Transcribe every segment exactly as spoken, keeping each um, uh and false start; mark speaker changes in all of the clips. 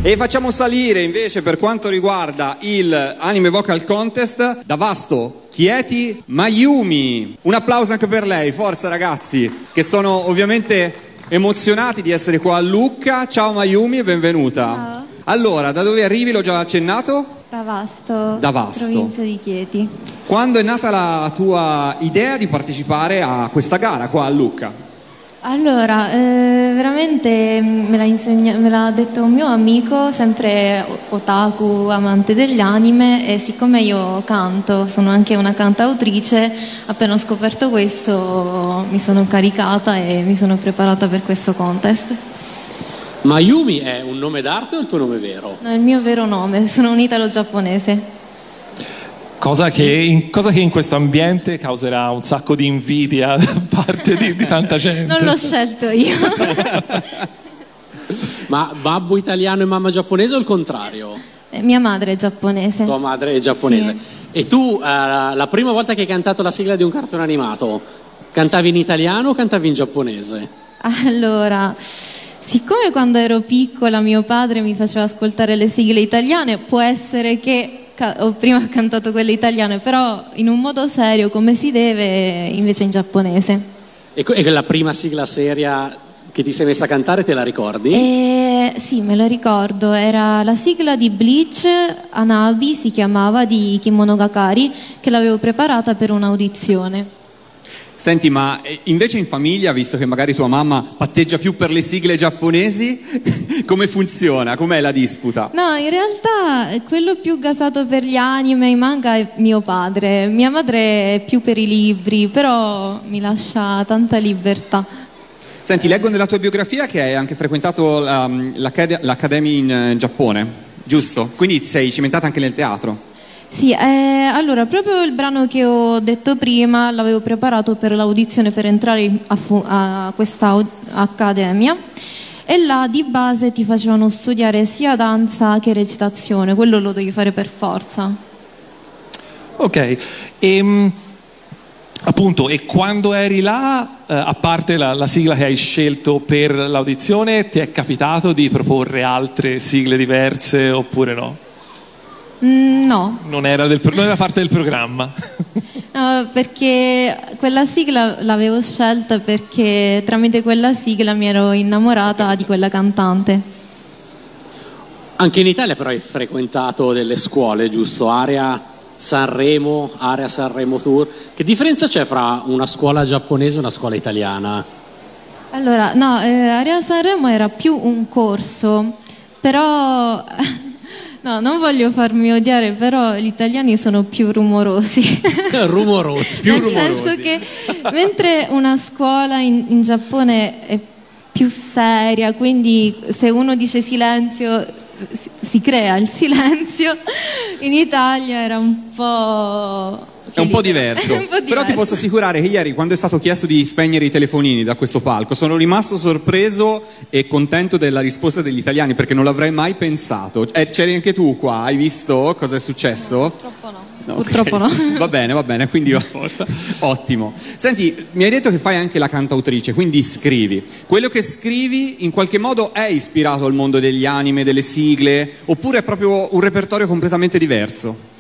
Speaker 1: E facciamo salire invece, per quanto riguarda il Anime Vocal Contest, da Vasto Chieti Mayumi. Un applauso anche per lei, forza ragazzi, che sono ovviamente emozionati di essere qua a Lucca. Ciao Mayumi e benvenuta.
Speaker 2: Ciao.
Speaker 1: Allora, da dove arrivi? L'ho già accennato?
Speaker 2: Da Vasto,
Speaker 1: Da Vasto.
Speaker 2: provincia di Chieti.
Speaker 1: Quando è nata la tua idea di partecipare a questa gara qua a Lucca?
Speaker 2: Allora, eh, veramente me l'ha, insegna- me l'ha detto un mio amico, sempre otaku, amante degli anime, e siccome io canto, sono anche una cantautrice, appena ho scoperto questo mi sono caricata e mi sono preparata per questo contest.
Speaker 3: Mayumi è un nome d'arte o il tuo nome vero?
Speaker 2: No, è il mio vero nome, sono un italo-giapponese.
Speaker 4: Cosa che, in, cosa che in questo ambiente causerà un sacco di invidia da parte di, di tanta gente.
Speaker 2: Non l'ho scelto io.
Speaker 3: Ma babbo italiano e mamma giapponese o il contrario?
Speaker 2: Eh, Mia madre è giapponese.
Speaker 3: Tua madre è giapponese.
Speaker 2: Sì.
Speaker 3: E tu, eh, la prima volta che hai cantato la sigla di un cartone animato, cantavi in italiano o cantavi in giapponese?
Speaker 2: Allora, siccome quando ero piccola mio padre mi faceva ascoltare le sigle italiane, può essere che ca- ho prima cantato quelle italiane, però in un modo serio, come si deve, invece in giapponese.
Speaker 3: E, co- e la prima sigla seria che ti sei messa a cantare te la ricordi?
Speaker 2: E, sì, me la ricordo, era la sigla di Bleach, Hanabi si chiamava, di Kimonogakari, che l'avevo preparata per un'audizione.
Speaker 1: Senti, ma invece in famiglia, visto che magari tua mamma patteggia più per le sigle giapponesi, come funziona? Com'è la disputa?
Speaker 2: No, in realtà quello più gasato per gli anime e i manga è mio padre. Mia madre è più per i libri, però mi lascia tanta libertà.
Speaker 1: Senti, leggo nella tua biografia che hai anche frequentato la, l'Acad- l'Academy in Giappone, giusto? Quindi sei cimentata anche nel teatro.
Speaker 2: Sì, eh, allora proprio il brano che ho detto prima l'avevo preparato per l'audizione per entrare a, fu- a questa au- accademia, e là di base ti facevano studiare sia danza che recitazione, quello lo devi fare per forza.
Speaker 4: Ok, e, appunto, e quando eri là, eh, a parte la, la sigla che hai scelto per l'audizione, ti è capitato di proporre altre sigle diverse oppure no?
Speaker 2: Mm, no,
Speaker 4: Non era, del, non era parte del programma.
Speaker 2: no, perché quella sigla l'avevo scelta perché tramite quella sigla mi ero innamorata di quella cantante.
Speaker 3: Anche in Italia però hai frequentato delle scuole, giusto? Area Sanremo, Area Sanremo Tour. Che differenza c'è fra una scuola giapponese e una scuola italiana?
Speaker 2: Allora, no, eh, Area Sanremo era più un corso, però no, non voglio farmi odiare, però gli italiani sono più rumorosi.
Speaker 3: Rumorosi.
Speaker 1: Più
Speaker 2: Nel
Speaker 1: rumorosi.
Speaker 2: senso che mentre una scuola in, in Giappone è più seria, quindi se uno dice silenzio si, si crea il silenzio, in Italia era un po'...
Speaker 1: È un po' diverso,
Speaker 2: È un po'
Speaker 1: però ti
Speaker 2: diverso.
Speaker 1: posso assicurare che ieri, quando è stato chiesto di spegnere i telefonini da questo palco, sono rimasto sorpreso e contento della risposta degli italiani, perché non l'avrei mai pensato. Eh, c'eri anche tu qua, hai visto cosa è successo?
Speaker 2: Purtroppo no.
Speaker 1: No,
Speaker 2: Purtroppo
Speaker 1: ok.
Speaker 2: no.
Speaker 1: Va bene, va bene, quindi ottimo. Senti, mi hai detto che fai anche la cantautrice, quindi scrivi. Quello che scrivi in qualche modo è ispirato al mondo degli anime, delle sigle, oppure è proprio un repertorio completamente diverso?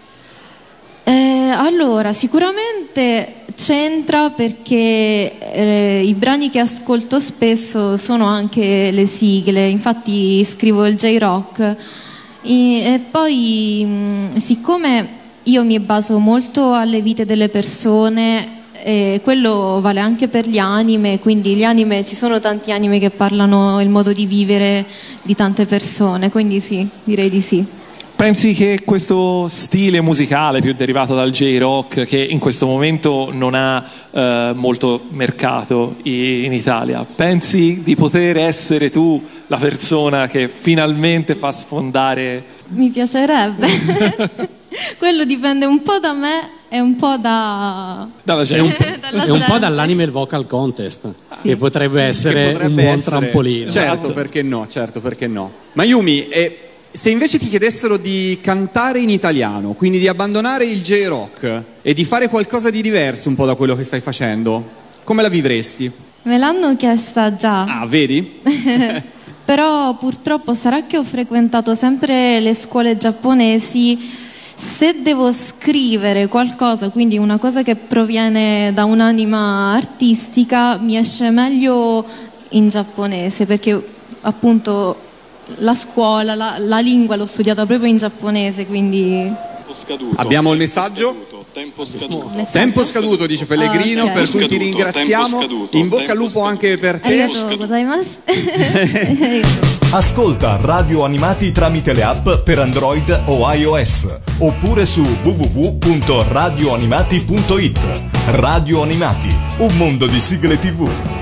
Speaker 2: Eh, allora, sicuramente c'entra perché eh, i brani che ascolto spesso sono anche le sigle, infatti scrivo il J-Rock I- e poi mh, siccome io mi baso molto alle vite delle persone, e quello vale anche per gli anime, quindi gli anime, ci sono tanti anime che parlano il modo di vivere di tante persone, quindi sì, direi di sì.
Speaker 4: Pensi che questo stile musicale più derivato dal J-Rock, che in questo momento non ha eh, molto mercato in Italia, pensi di poter essere tu la persona che finalmente fa sfondare?
Speaker 2: Mi piacerebbe. Quello dipende un po' da me e un po' da...
Speaker 4: Dalla
Speaker 3: È un,
Speaker 4: gente.
Speaker 2: dalla
Speaker 3: è un po'
Speaker 2: gente.
Speaker 3: dall'anime Vocal Contest,
Speaker 2: Sì.
Speaker 3: che potrebbe essere
Speaker 1: Che potrebbe
Speaker 3: un buon
Speaker 1: essere-
Speaker 3: trampolino.
Speaker 1: Certo, perché no, certo, perché no. Mayumi, eh, se invece ti chiedessero di cantare in italiano, quindi di abbandonare il J-Rock e di fare qualcosa di diverso un po' da quello che stai facendo, come la vivresti?
Speaker 2: Me l'hanno chiesta già.
Speaker 1: Ah, vedi?
Speaker 2: però purtroppo sarà che ho frequentato sempre le scuole giapponesi. Se devo scrivere qualcosa, quindi una cosa che proviene da un'anima artistica, mi esce meglio in giapponese, perché appunto la scuola, la, la lingua l'ho studiata proprio in giapponese, quindi...
Speaker 5: Scaduto,
Speaker 1: abbiamo il messaggio?
Speaker 5: Tempo scaduto.
Speaker 2: Messaggio?
Speaker 1: Tempo scaduto, dice Pellegrino,
Speaker 2: Ah, ok.
Speaker 1: per cui ti
Speaker 5: Scaduto,
Speaker 1: ringraziamo.
Speaker 5: tempo scaduto,
Speaker 1: In bocca al
Speaker 5: tempo
Speaker 1: lupo
Speaker 5: scaduto.
Speaker 1: anche per te.
Speaker 2: Arigatou gozaimasu.
Speaker 6: Ascolta Radio Animati tramite le app per Android o iOS oppure su w w w punto radio animati punto it. Radio Animati, un mondo di sigle tivù.